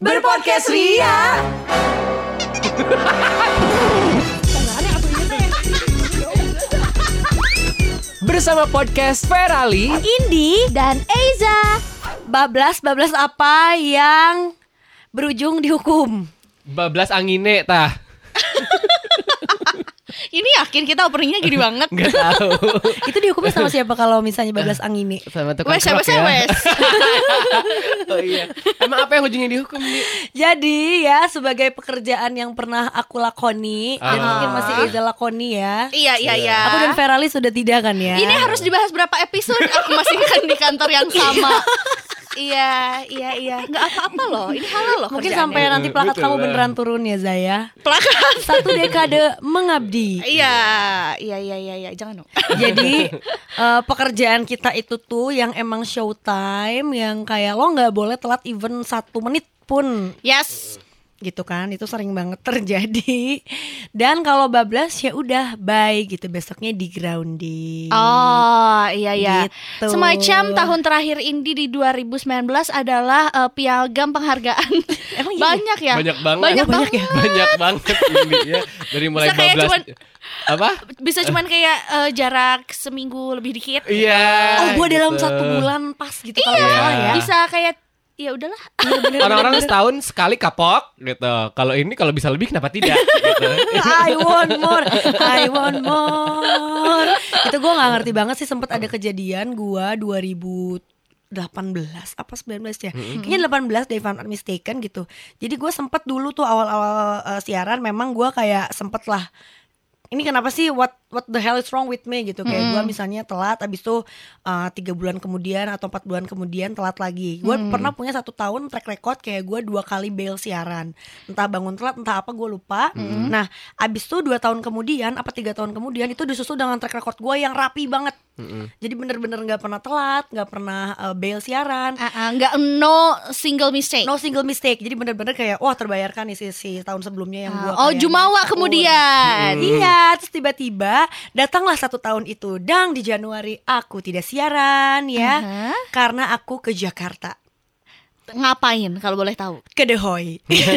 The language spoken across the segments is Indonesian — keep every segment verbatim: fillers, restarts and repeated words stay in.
Berpodcast Ria. Bersama podcast Ferali, Indi, dan Eiza. Bablas-bablas apa yang berujung dihukum? bablas angine tah. Ini yakin kita openingnya gini banget? Gak tahu. Itu dihukumnya sama siapa kalau misalnya bablas angin nih? Sama tukang Wes, kerok wes, ya. wes. Oh iya. Emang apa yang ujungnya dihukum nih? Jadi ya sebagai pekerjaan yang pernah aku lakoni dan Ah. mungkin masih Eiza lakoni ya. Iya, iya, iya. Aku dan Ferali sudah tidak kan ya? Ini harus dibahas berapa episode? Aku masih kan di kantor yang sama. Iya, iya, iya. Nggak apa-apa loh. Ini halal loh. Mungkin kerjaannya. sampai nanti plakat Betul kamu lah. beneran turun ya Zaya. Plakat. Satu dekade mengabdi. Iya, iya, iya, iya, iya. Jangan dong. Jadi eh, pekerjaan kita itu tuh yang emang showtime, yang kayak lo nggak boleh telat even satu menit pun. Yes. Gitu kan, itu sering banget terjadi. Dan kalau bablas ya udah bye gitu, besoknya di grounding. Oh, iya, iya. Gitu. Semacam tahun terakhir Indi di dua ribu sembilan belas adalah uh, piagam penghargaan. Emang iya? Banyak ya? Banyak banget. Banyak, Oh, banyak banget. ya? Banyak banget ini ya. Dari mulai Bisa kayak bablas. cuman- Apa? Bisa cuman kayak uh, jarak seminggu lebih dikit. Iya. Oh, gue dalam gitu. satu bulan pas gitu kalau Iya, nggak salah ya. bisa kayak ya udahlah. Orang-orang setahun sekali kapok gitu. Kalau ini kalau bisa lebih kenapa tidak gitu. I want more, I want more. Itu gue nggak ngerti banget sih, sempet ada kejadian gue dua ribu delapan belas apa sembilan belas ya, kayaknya delapan belas deh if I'm not mistaken gitu. Jadi gue sempet dulu tuh awal-awal uh, siaran, memang gue kayak sempet lah, ini kenapa sih, what what the hell is wrong with me gitu. Kayak gue misalnya telat, abis itu uh, tiga bulan kemudian atau empat bulan kemudian telat lagi. Gue pernah punya satu tahun track record kayak gue dua kali bail siaran, entah bangun telat entah apa gue lupa. Nah abis itu dua tahun kemudian apa tiga tahun kemudian itu disusul dengan track record gue yang rapi banget. Jadi bener-bener gak pernah telat, gak pernah uh, bail siaran, Uh, uh, nggak no single mistake. no single mistake. Jadi bener-bener kayak wah terbayarkan nih si, si tahun sebelumnya yang gue Uh, oh, Jumawa kemudian. Iya, terus tiba-tiba datanglah satu tahun itu. Dang, di Januari aku tidak siaran ya, Uh-huh. karena aku ke Jakarta, Ngapain kalau boleh tahu? ke The Hoy.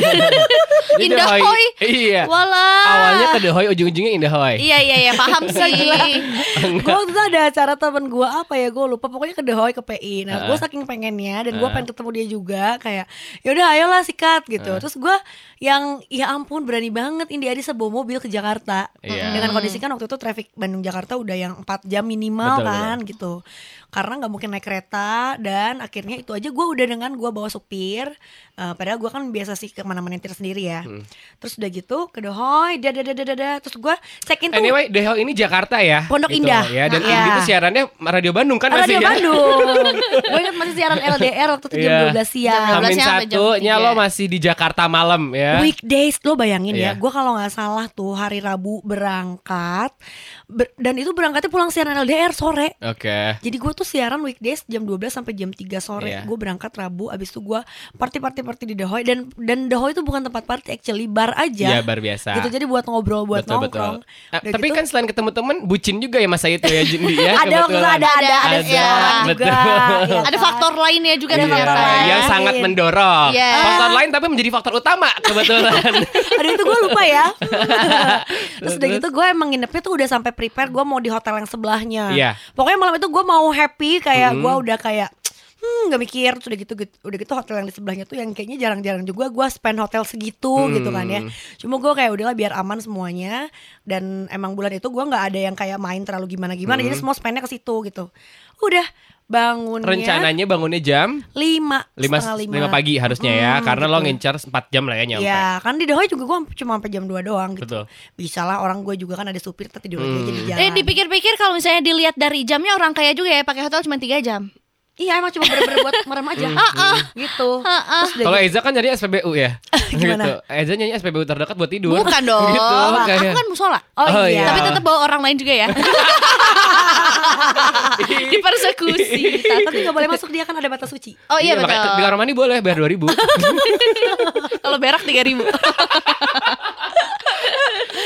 Jadi Indah Hoy- Hoy. Iya. Walah. Awalnya ke The Hoy, ujung-ujungnya Indah Hoy. Iya, iya, iya, paham sih. Gue waktu itu ada acara temen gue apa ya, gue lupa, pokoknya ke The Hoy, ke P I. Nah gue saking pengennya dan gue Uh. pengen ketemu dia juga, kayak yaudah ayolah sikat gitu. Terus gue yang ya ampun berani banget Indi Adisa bawa mobil ke Jakarta. Iya. Dengan kondisi kan waktu itu traffic Bandung Jakarta udah yang empat jam minimal. Betul, kan gitu. Karena gak mungkin naik kereta, dan akhirnya itu aja gue udah dengan gue bawa supir. Uh, padahal gue kan biasa sih kemana-mana nyetir sendiri ya. Terus udah gitu ke The Hoy, dadah dadah dadah. Terus gue check in tuh Anyway, The Hoy ini Jakarta ya. Pondok Gitu, Indah. ya. Dan Iya. Indi tuh siarannya Radio Bandung kan masih Radio ya. Bandung. Gue inget masih siaran L D R waktu itu jam Iya. dua belas siang. Jam dua belas Hamin siang sampai jam satunya tiga. lo masih di Jakarta malam ya. Weekdays, lo bayangin Iya. ya, gue kalau nggak salah tuh hari Rabu berangkat, ber- dan itu berangkatnya pulang siaran L D R sore. Oke. Jadi gue tuh siaran weekdays jam dua belas sampai jam tiga sore. Iya. Gue berangkat Rabu, abis itu gue party party party di The Hoy, dan dan The Hoy itu bukan tempat party, actually bar aja. Iya, bar biasa. Gitu, jadi buat ngobrol, buat Betul, nongkrong. betul. Eh, Udah tapi gitu, kan selain ketemu temen, bucin juga ya masa itu ya Jindi ya. ada waktu itu kebetulan. ada ada ada, Ada, siaran juga. betul. ya Ada kan? faktor lainnya juga Iya, ternyata. yang lain. sangat mendorong. Iya. Faktor lain tapi menjadi faktor utama kebetulan. Aduh itu gue lupa ya. Terus udah gitu gue emang nginepnya tuh udah sampai prepare, gue mau di hotel yang sebelahnya. Iya. Pokoknya malam itu gue mau happy, kayak Mhm. gue udah kayak hmm gak mikir. Terus udah gitu, gitu udah gitu hotel yang di sebelahnya tuh yang kayaknya jarang-jarang juga gue spend hotel segitu gitu kan ya. Cuma gue kayak udahlah biar aman semuanya. Dan emang bulan itu gue nggak ada yang kayak main terlalu gimana-gimana, jadi semua spendnya ke situ gitu. Udah bangunnya Rencananya bangunnya jam lima lima, setengah lima. lima pagi harusnya ya. Hmm, Karena lo gitu. ngincar empat jam lah ya nyampe. Ya kan di The Hoy juga gue cuma sampai jam dua doang gitu. Betul. Bisa lah, orang gue juga kan ada supir, tapi tidur aja Hmm. jadi jalan. Eh, dipikir-pikir kalau misalnya dilihat dari jamnya, orang kaya juga ya pakai hotel cuma tiga jam. Iya emang cuma bener-bener buat merem aja. Gitu. Terus udah Kalau gitu- Eza kan jadi S P B U ya. Gimana? Gitu. Eza nyanyi S P B U terdekat buat tidur. Bukan dong. Gitu, Aku kayak. kan musola. Oh, Oh, iya. iya. Tapi tetap bawa orang lain juga ya. Dipersekusi. Tapi gak boleh masuk, dia kan ada batas suci. Oh iya, betul. makanya di kamar mandi boleh bayar dua ribu. Kalau berak tiga ribu.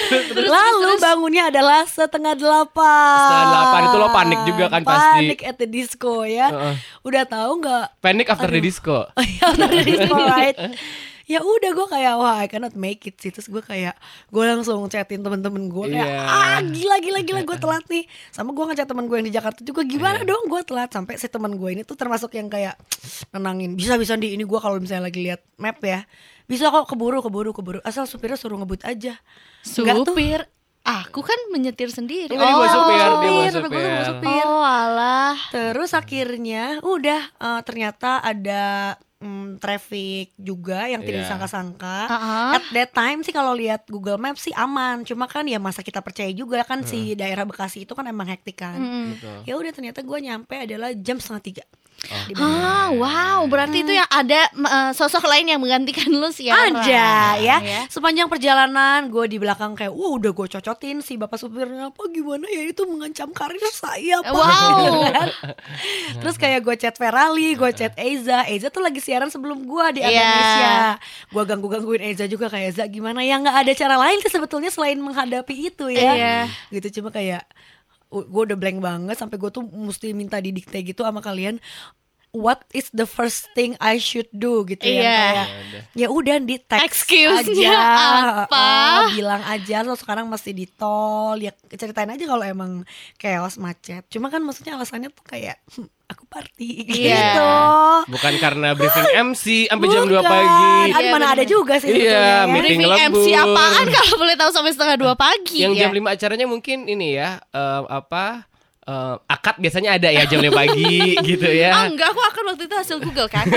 Lalu bangunnya adalah setengah delapan. Setengah delapan itu lo panik juga kan pasti. Panik at the disco ya. Uh-uh. Udah tahu nggak? Panic after the disco. After the disco, right? Ya udah gue kayak wah I cannot make it sih. Terus gue kayak gue langsung chatin temen-temen gue kayak Yeah. ah gila gila gila gue telat nih. Sama gue ngechat temen gue yang di Jakarta juga gimana Yeah. dong gue telat. Sampai si temen gue ini tuh termasuk yang kayak nenangin. Bisa-bisa di ini gue kalau misalnya lagi lihat map ya. Bisa kok keburu keburu keburu. Asal supirnya suruh ngebut aja. Enggak tuh. Supir. Aku kan menyetir sendiri. Enggak, dia bawa supir, dia bawa supir, tapi gue supir. bawa supir. Oh alah. Terus akhirnya udah eh, ternyata ada mm, traffic juga yang tidak Iya. disangka-sangka. Uh-uh. At that time sih kalau lihat Google Maps sih aman. Cuma kan ya masa kita percaya juga kan si daerah Bekasi itu kan emang hektik kan. Mm. Betul. Ya udah ternyata gue nyampe adalah jam setengah tiga. Di Ah, wow, berarti itu yang ada uh, sosok lain yang menggantikan lu sih ya. Ada ya. ya. Sepanjang perjalanan gue di belakang kayak wah udah gue cocotin si bapak supirnya apa gimana ya itu mengancam karir saya Pak. Wow. Gitu kan. Terus kayak gue chat Ferali, gue chat Eiza. Eiza tuh lagi siaran sebelum gue di Iya. Indonesia. Gue ganggu-gangguin Eiza juga kayak Za gimana ya nggak ada cara lain sih sebetulnya selain menghadapi itu ya. Iya. Gitu cuma kayak gue udah blank banget sampai gue tuh mesti minta didikte gitu sama kalian. What is the first thing I should do gitu ya Iya. kayak ya udah di teks Excuse-nya aja apa? uh, bilang aja lo sekarang masih di tol ya ceritain aja kalau emang chaos macet cuma kan maksudnya alasannya tuh kayak hm, aku party Iya. gitu Bukan karena briefing M C sampai jam dua Bukan. pagi. Kan Iya, mana bener. ada juga sih Iya, sebetulnya ya. meeting Briefing M C lembur. apaan kalau boleh tahu sampai setengah dua pagi Yang ya? jam lima acaranya mungkin ini ya eh, apa eh, akad biasanya ada ya jam lima pagi gitu Ah ya. enggak, aku akan waktu itu hasil Google kan.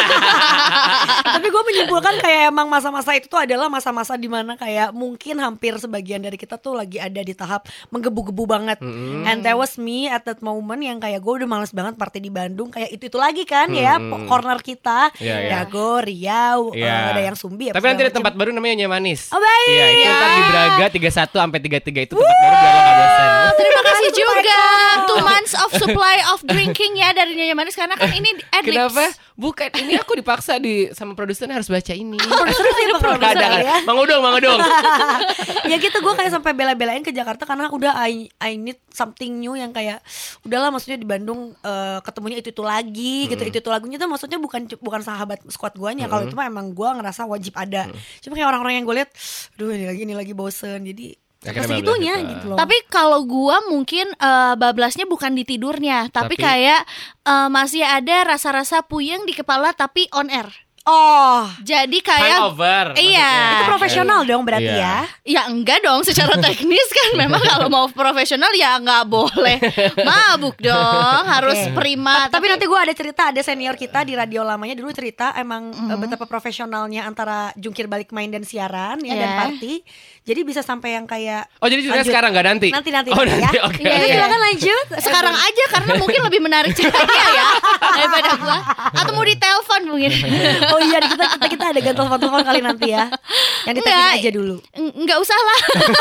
Tapi gue menyimpulkan kayak emang masa-masa itu tuh adalah masa-masa dimana kayak mungkin hampir sebagian dari kita tuh lagi ada di tahap menggebu-gebu banget. Mm-mm. And that was me at that moment yang kayak gue udah males banget party di Bandung kayak itu itu lagi kan ya Mm-mm. corner kita, Iya, iya. Dago, Riau, Iya. eh, ada yang Sumbi. apa Tapi nanti segala ada tempat macem. baru namanya Nyamanis. Oh baik. Iya, itu Iya. ntar di Braga tiga puluh satu sampai tiga puluh tiga itu tempat baru biar lo gak bosan. Terima kasih juga two months of supply of drinking ya dari Nyonya Manis karena kan ini adlibs. Kenapa? Bukan, ini aku dipaksa di sama produsernya harus baca ini. Produser sih produser Ada kan? ya. Mang Udung, Mang Udung. Ya gitu gue kayak sampai bela-belain ke Jakarta karena udah I, I need something new yang kayak udahlah maksudnya di Bandung eh, ketemunya itu itu lagi gitu itu itu lagunya tuh maksudnya bukan bukan sahabat squad guanya kalau itu mah emang gue ngerasa wajib ada cuma kayak orang-orang yang gue lihat aduh ini lagi ini lagi bosen jadi Akhirnya sampai segitunya bablas gitu. gitu loh. Tapi kalau gua mungkin eh, bablasnya bukan di tidurnya, tapi, Tapi- kayak eh, masih ada rasa-rasa puyeng di kepala tapi on air. oh Jadi kayak Hangover. Iya. maksudnya. itu profesional dong berarti Iya. ya. ya enggak dong secara teknis kan memang kalau mau profesional ya nggak boleh mabuk dong, harus Oke. prima. Tapi nanti gue ada cerita, ada senior kita di radio lamanya dulu cerita emang eh, betapa profesionalnya antara jungkir balik main dan siaran ya dan Iya. party. Jadi bisa sampai yang kayak Oh, jadi ceritanya lanjut. sekarang nggak nanti? Nanti nanti Oh, nanti nanti. ya. Oke. Iya, Jadi iya. silakan lanjut. sekarang aja karena mungkin lebih menarik ceritanya ya daripada gua. Atau mau ditelepon mungkin. Oh iya kita kita, kita ada gantung telepon kali nanti ya. Yang ditagih Enggak. aja dulu. Eng- Enggak usah lah.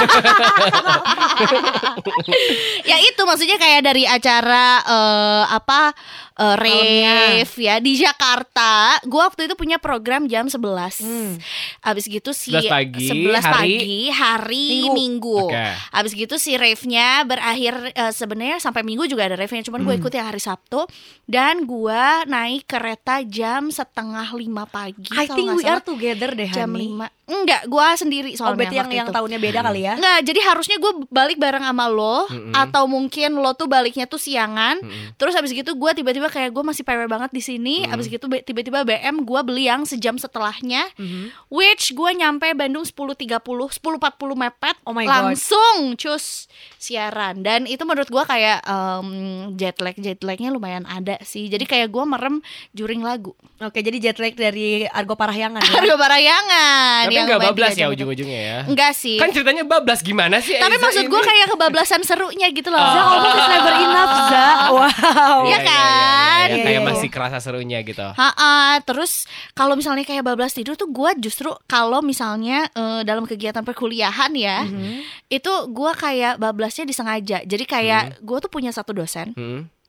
Ya itu maksudnya kayak dari acara eh, apa eh, rave ya di Jakarta. Gua waktu itu punya program jam sebelas. Hmm. Abis gitu si sebelas pagi, sebelas hari- pagi hari Minggu. Minggu. Oke. Abis gitu si rave-nya berakhir eh, sebenarnya sampai Minggu juga ada rave-nya, cuman gue ikut yang hari Sabtu dan gua naik kereta jam setengah lima pagi. I kalau think nggak we are salah. together deh Jam Hani. lima. Enggak, gua sendiri Oh soalnya berarti yang waktu yang itu. tahunnya beda kali ya. Enggak, jadi harusnya gue balik bareng sama lo Mm-mm. atau mungkin lo tuh baliknya tuh siangan. Mm-mm. Terus abis gitu gue tiba-tiba kayak gue masih P W banget di sini. Abis gitu be- tiba-tiba B M gue beli yang sejam setelahnya, which gue nyampe Bandung sepuluh tiga puluh, sepuluh empat puluh mepet, Oh my God. langsung cus siaran. Dan itu menurut gue kayak em, jet lag jet lagnya lumayan ada sih. Jadi kayak gue merem juring lagu. Oke jadi jet lag dari Argo Parahyangan ya. Harga Parayangan. Tapi yang nggak lumayan bablas tiga ya jam itu. ujung-ujungnya ya. Enggak sih. Kan ceritanya bablas gimana sih? Tapi Eiza maksud gue ini? kayak kebablasan serunya gitu loh. Oh. Za almost is never enough Za. Wow. Iya kan? Iya, Iya, kayak iya, masih iya. kerasa serunya gitu. Ha-ha, terus kalau misalnya kayak bablas tidur tuh gue justru kalau misalnya eh, dalam kegiatan perkuliahan ya, itu gue kayak bablasnya disengaja. Jadi kayak gue tuh punya satu dosen Hmm.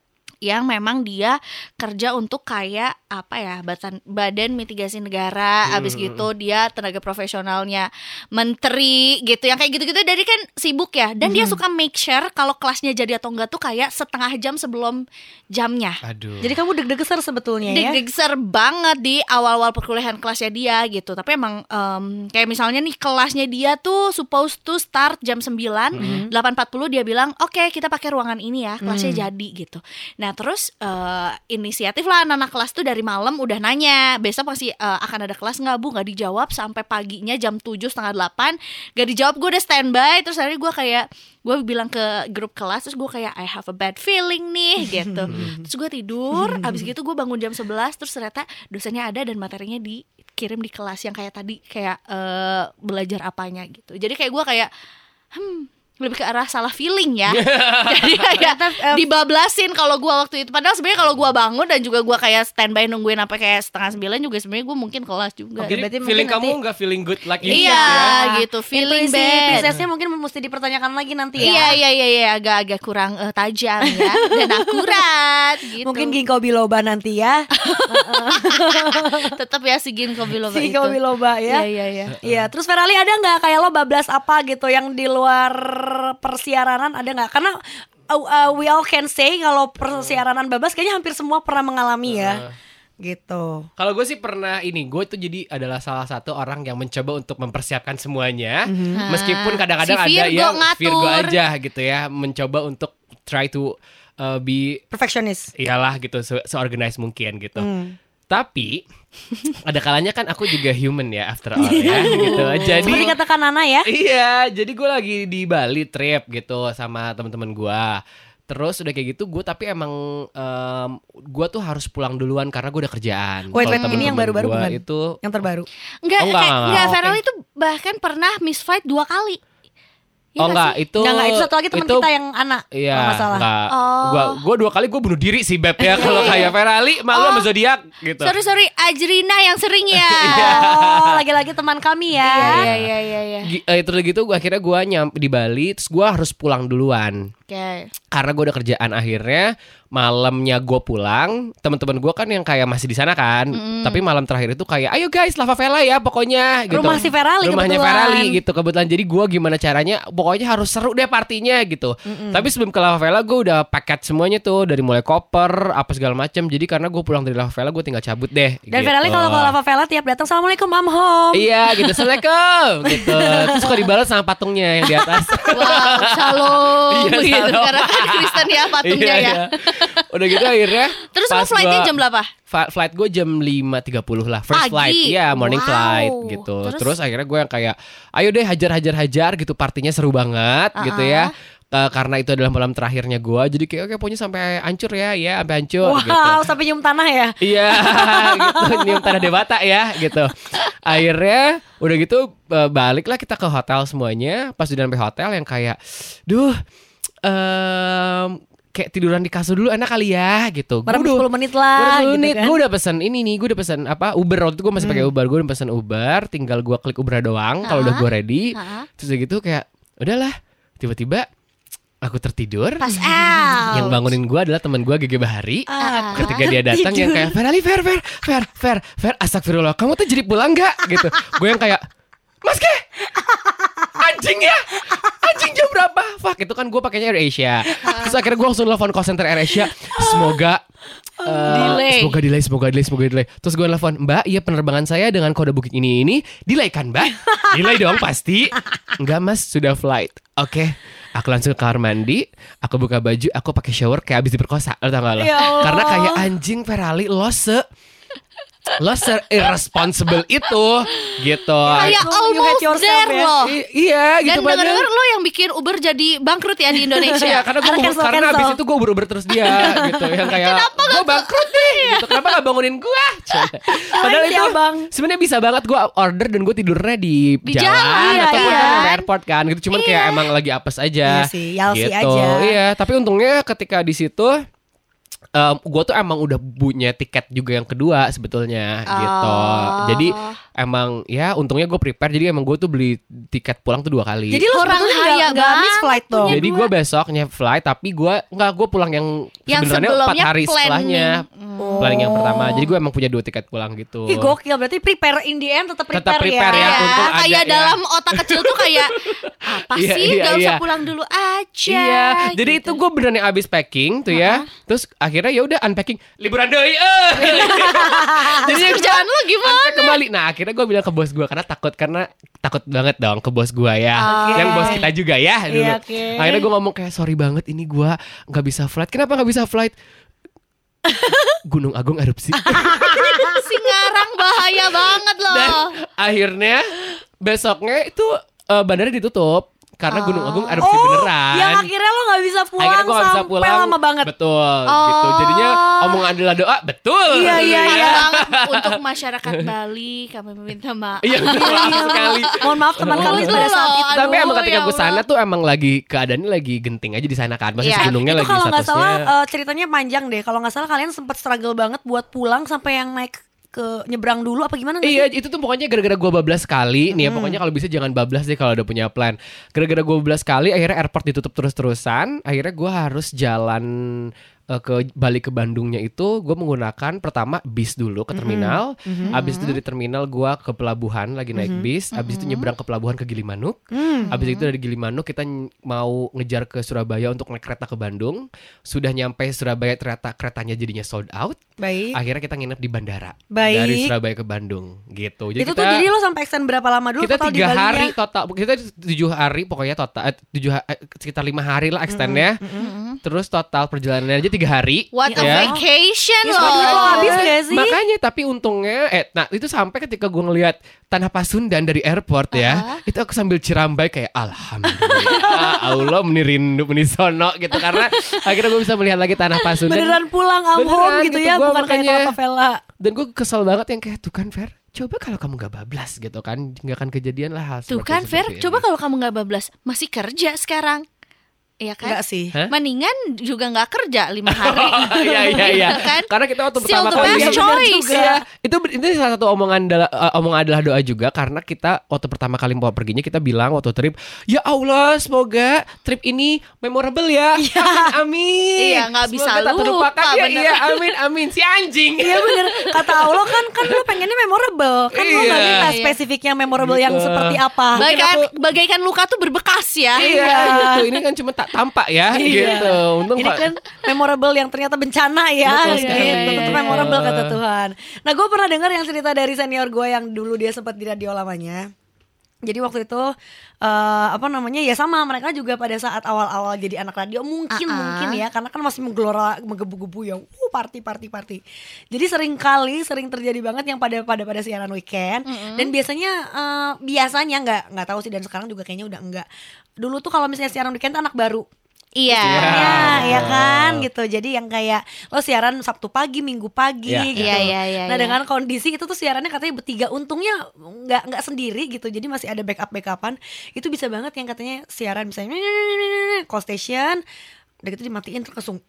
yang memang dia kerja untuk kayak apa ya, badan, badan mitigasi negara. Hmm. Abis gitu dia tenaga profesionalnya menteri gitu, yang kayak gitu-gitu. Dari kan sibuk ya, dan dia suka make sure kalau kelasnya jadi atau enggak tuh kayak setengah jam sebelum jamnya. Aduh. Jadi kamu deg-degeser sebetulnya ya. Deg-deger banget di awal-awal perkuliahan kelasnya dia gitu. Tapi emang um, kayak misalnya nih kelasnya dia tuh supposed to start jam sembilan, delapan empat puluh dia bilang oke okay, kita pakai ruangan ini ya, kelasnya Hmm. jadi gitu. Nah terus uh, inisiatif lah anak-anak kelas tuh dari malam udah nanya besok masih uh, akan ada kelas nggak bu, nggak dijawab sampai paginya jam tujuh setengah delapan gak dijawab. Gue udah standby, terus akhirnya gue kayak gue bilang ke grup kelas, terus gue kayak I have a bad feeling nih gitu. Terus gue tidur, abis gitu gue bangun jam sebelas, terus ternyata dosennya ada dan materinya dikirim di kelas yang kayak tadi kayak uh, belajar apanya gitu. Jadi kayak gue kayak hmm lebih ke arah salah feeling ya. Jadi kayak dibablasin kalau gue waktu itu. Padahal sebenarnya kalau gue bangun dan juga gue kayak standby nungguin sampai kayak setengah sembilan juga sebenarnya gue mungkin kelas juga. Jadi berarti feeling mungkin kamu nanti- nggak feeling good like you Iya ya? gitu, feeling Intuisi bad. prinsesnya mungkin mesti dipertanyakan lagi nanti ya. Iya iya iya iya, agak-agak kurang eh, tajam ya dan akurat gitu. Mungkin ginkgo biloba nanti ya. tetap ya si ginkgo biloba Si itu. ginkgo biloba ya. Iya iya iya. Iya, terus Ferali ada nggak kayak lo bablas apa gitu yang di luar persiaranan, ada nggak? Karena uh, uh, we all can say kalau persiaranan bablas kayaknya hampir semua pernah mengalami ya. Gitu. Kalau gue sih pernah ini, gue tuh jadi adalah salah satu orang yang mencoba untuk mempersiapkan semuanya, meskipun kadang-kadang Si ada Virgo yang ngatur. Virgo aja gitu ya, mencoba untuk try to uh, be Perfectionist. iyalah gitu, se- se-organized mungkin gitu. Hmm. Tapi ada kalanya kan aku juga human ya after all ya gitu. Jadi Seperti katakan Nana ya. iya, jadi gue lagi di Bali trip gitu sama teman-teman gue. Terus udah kayak gitu gue tapi emang um, gue tuh harus pulang duluan karena gue udah kerjaan. Wait, Kalau wait, ini temen-temen yang baru-baru gua bukan? itu Yang terbaru. Enggak, Oh, enggak, kayak enggak, enggak, enggak. Ferali itu bahkan pernah miss flight dua kali. oh Iya nggak enggak sih? itu Enggak, enggak, itu satu lagi teman itu- kita yang anak. Iya, Kalau nggak salah. enggak. Oh. Gua gua dua kali gua bunuh diri sih Beb ya kalau kayak Ferali malu Oh. sama zodiak gitu. Sorry sorry, Ajrina yang sering ya. Oh, lagi-lagi teman kami ya. Iya iya iya iya. Gi- eh, terus gitu gua akhirnya gua nyampe di Bali terus gua harus pulang duluan. Oke. Karena gue udah kerjaan akhirnya malamnya gue pulang, teman-teman gue kan yang kayak masih di sana kan, tapi malam terakhir itu kayak ayo guys Lava Vela ya pokoknya gitu. Rumah si Ferali Rumahnya kebetulan. Ferali gitu kebetulan. Jadi gue gimana caranya pokoknya harus seru deh partinya gitu. Tapi sebelum ke Lava Vela gue udah paket semuanya tuh dari mulai koper apa segala macam. Jadi karena gue pulang dari Lava Vela gue tinggal cabut deh. Dan gitu. Ferali kalau ke Lava Vela tiap datang assalamualaikum I'm home. Iya gitu, assalamualaikum gitu. Terus suka dibalas sama patungnya yang di atas. Wow, shalom Iya, gitu. shalom. Karena kan Kristen ya patungnya Iya, ya. iya. Udah gitu akhirnya Terus pas lo flightnya gua- jam berapa? fa- Flight gue jam lima tiga puluh lah. First Pagi? flight. Iya morning Wow. flight gitu. Terus? Terus? akhirnya gue yang kayak ayo deh hajar-hajar-hajar gitu. Partinya seru banget gitu ya. Ke- karena itu adalah malam terakhirnya gue. Jadi kayak oke pokoknya sampai hancur ya. Ya sampai hancur Wow, gitu. sampai nyium tanah ya. Iya gitu. Nyium tanah Dewata ya gitu. Akhirnya udah gitu eh, baliklah kita ke hotel semuanya. Pas udah sampai hotel yang kayak duh em, kayak tiduran di kasur dulu enak kali ya gitu. Gua Barang udah- sepuluh menit lah Baru gitu nih, kan. gue udah pesen ini nih, gue udah pesen apa Uber waktu itu gue masih pakai Uber, gue udah pesen Uber, tinggal gue klik Uber doang kalau udah gue ready, Ha-ha. terus udah gitu kayak udahlah, tiba-tiba aku tertidur, Pass out. yang bangunin gue adalah teman gue Gege Bahari. Ah, Ketika dia datang yang kayak Ferali, Fer, Fer, Fer, Fer, Fer, astagfirullah, kamu tuh jadi pulang gak? Gitu, gue yang kayak Mas Ke, anjing ya, anjing jam berapa? Fuck, itu kan gue pakainya Air Asia. Terus akhirnya gue langsung telepon call center Air Asia. Semoga uh, Delay. Semoga delay, semoga delay, semoga delay. Terus gue telepon, Mbak, iya penerbangan saya dengan kode booking ini ini delay kan Mbak? Delay dong pasti. Enggak Mas, sudah flight. Oke. Aku langsung ke kamar mandi, aku buka baju, aku pakai shower kayak abis diperkosa. Lo tau gak lo? Ya Allah. Karena kayak anjing Ferali lo se lo se irresponsible itu gitu. Kayak You almost hate yourself there ya. loh. I- iya gitu Dan padahal. denger-denger lo yang bikin Uber jadi bangkrut ya di Indonesia. Iya, karena gue Ada cancel, karena cancel. abis itu gue uber-uber terus dia gitu yang kayak gue bangkrut nih gitu, kenapa gak bangunin gue? Padahal si itu abang. sebenarnya bisa banget gue order dan gue tidurnya di, Di jalan, jalan, iya, ataupun iya. kan sampai airport kan gitu, cuman kayak emang lagi apes aja. Iya sih, yalsi gitu. aja. Iya, tapi untungnya ketika di situ Um, gue tuh emang udah punya tiket juga yang kedua sebetulnya gitu. Jadi emang ya untungnya gue prepare. Jadi emang gue tuh beli tiket pulang tuh dua kali. Jadi lo Orang sebetulnya kaya nggak nggak miss banget flight dong. Jadi gue besoknya flight, tapi gue nggak, gue pulang yang, Yang sebenarnya empat sebelumnya hari planning. setelahnya. Oh. Planning yang pertama. Jadi gue emang punya dua tiket pulang gitu. Ih gokil, berarti prepare in the end tetap prepare, Tetap prepare ya, Ya, untung ada kayak ya. dalam otak kecil tuh kayak apa Iya, sih? iya, Gak usah iya. pulang dulu aja. Iya, jadi itu gitu. gue beneran yang abis packing tuh ya. Terus akhirnya ya udah unpacking, liburan deui eh. Jadi kerjaan lu gimana? unpack kembali. Nah, akhirnya gue bilang ke bos gue karena takut karena takut banget dong ke bos gue ya. Oke. Yang bos kita juga ya dulu. Iya, oke. Akhirnya gue ngomong kayak sorry banget ini gue nggak bisa flight. Kenapa nggak bisa flight? Gunung Agung erupsi. Singarang bahaya banget loh. Dan akhirnya besoknya itu eh, bandara ditutup karena Gunung Agung erupsi Oh, beneran. yang akhirnya lo gak bisa pulang Akhirnya gue gak bisa sampai pulang. lama banget. Betul Oh. gitu. Jadinya omongan adalah doa. Betul. Iya, iya, Ya. iya. banget untuk masyarakat Bali kami meminta maaf. Iya betul sekali. Mohon maaf teman Oh, kami gitu pada saat loh. itu. Tapi emang ketika ya gue sana Allah. tuh emang lagi keadaannya lagi genting aja di sana kan. Maksudnya Iya. gunungnya Itu lagi kalau nggak statusnya. salah eh, ceritanya panjang deh. Kalau nggak salah kalian sempat struggle banget buat pulang sampai yang naik ke nyebrang dulu apa gimana nggak Iya sih? itu tuh pokoknya gara-gara gue bablas sekali nih ya, pokoknya kalau bisa jangan bablas deh kalau udah punya plan. Gara-gara gue bablas sekali akhirnya airport ditutup terus-terusan. Akhirnya gue harus jalan eh, ke balik ke Bandungnya itu gue menggunakan pertama bis dulu ke terminal. Abis itu dari terminal gue ke pelabuhan lagi naik bis. Abis itu nyebrang ke pelabuhan ke Gilimanuk. Abis itu dari Gilimanuk kita ny- mau ngejar ke Surabaya untuk naik kereta ke Bandung. Sudah nyampe Surabaya ternyata keretanya jadinya sold out. Baik. Akhirnya kita nginep di bandara. Baik. Dari Surabaya ke Bandung gitu. Jadi Itu kita, tuh jadi lo sampai extend berapa lama dulu kita total di tiga Bali-nya? hari total. Kita tujuh hari pokoknya total eh, tujuh ha- eh, sekitar lima hari lah extendnya. Terus total perjalanannya aja tiga hari. What a ya. vacation Ya, loh. sebenarnya lo habis gak sih? Makanya tapi untungnya eh nah itu sampai ketika gue ngelihat Tanah Pasundan dari airport ya, itu aku sambil cirambai kayak alhamdulillah Allah meni rindu meni sono gitu karena akhirnya gue bisa melihat lagi Tanah Pasundan. Beneran pulang am Beneran home gitu, gitu, ya, gua bukan kayak makanya- telenovela. Dan gue kesel banget yang kayak tuh kan Fer, coba kalau kamu gak bablas gitu kan, gak akan kejadian lah hal Tuh seperti- kan Fer, seperti coba ini. kalau kamu gak bablas masih kerja sekarang. Iya kan? Enggak sih. Hah? Mendingan juga gak kerja lima hari. Iya iya iya. kan? Karena kita waktu Still pertama the kali best Iya, bener choice. juga. Iya. Itu itu salah satu omongan adalah uh, omongan adalah doa juga karena kita waktu pertama kali mau perginya kita bilang waktu trip, ya Allah semoga trip ini memorable ya. Amin amin. Iya, nggak bisa Semoga tak lupa, terlupakan ya. bener. Iya amin amin si anjing. Iya bener. Kata Allah kan kan lo pengennya memorable. Kan lo gak Iya. minta spesifiknya memorable yang Gitu. seperti apa. Bagaikan, bagaikan luka tuh berbekas ya. Iya gitu. Ini kan cuma tak tampak ya Iya. gitu. Untung Ini Pak. kan memorable yang ternyata bencana ya. Betul Gitu. sekali. Tetap memorable kata Tuhan. Nah gue pernah dengar yang cerita dari senior gue yang dulu dia sempat di radio lamanya. Jadi waktu itu eh, apa namanya ya sama mereka juga pada saat awal-awal jadi anak radio mungkin Uh-uh. mungkin ya karena kan masih menggelora menggebu-gebu yang uh party party party. Jadi sering kali sering terjadi banget yang pada pada pada siaran weekend dan biasanya eh, biasanya nggak nggak tahu sih dan sekarang juga kayaknya udah enggak. Dulu tuh kalau misalnya siaran weekend tuh anak baru. Iya. Iya. Ya, ya betul. kan gitu. Jadi yang kayak lo siaran Sabtu pagi, Minggu pagi Iya, gitu. iya, iya, iya, Nah iya. dengan kondisi itu tuh siarannya katanya bertiga, untungnya nggak nggak sendiri gitu. Jadi masih ada backup backupan. Itu bisa banget yang katanya siaran misalnya call station, udah gitu dimatiin terus langsung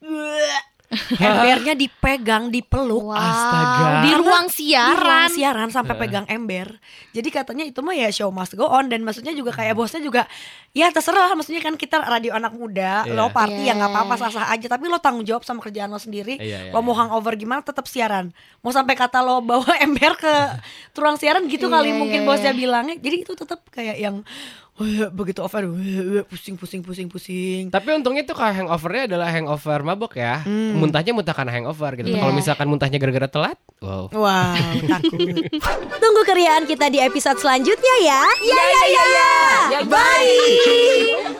embernya dipegang, dipeluk. Wow. Astaga. Di ruang Di ruang siaran. siaran sampai pegang ember. Jadi katanya itu mah ya show must go on. Dan maksudnya juga kayak bosnya juga ya terserah. Maksudnya kan kita radio anak muda, Iya. lo party ya Iya. nggak apa-apa sah-sah aja. Tapi lo tanggung jawab sama kerjaan lo sendiri. Iya, iya, Lo mau iya. hangover gimana tetap siaran. Mau sampai kata lo bawa ember ke ruang siaran gitu kali Iya, mungkin iya, bosnya iya. bilangnya. Jadi itu tetap kayak yang wah, begitu over pusing pusing pusing pusing. Tapi untungnya tuh kalau hangovernya adalah hangover mabok ya. Muntahnya muntah karena hangover gitu. Iya. Kalau misalkan muntahnya gara-gara telat, wow. Wow, takut. Tunggu keriaan kita di episode selanjutnya ya. Ya ya ya. ya. Bye.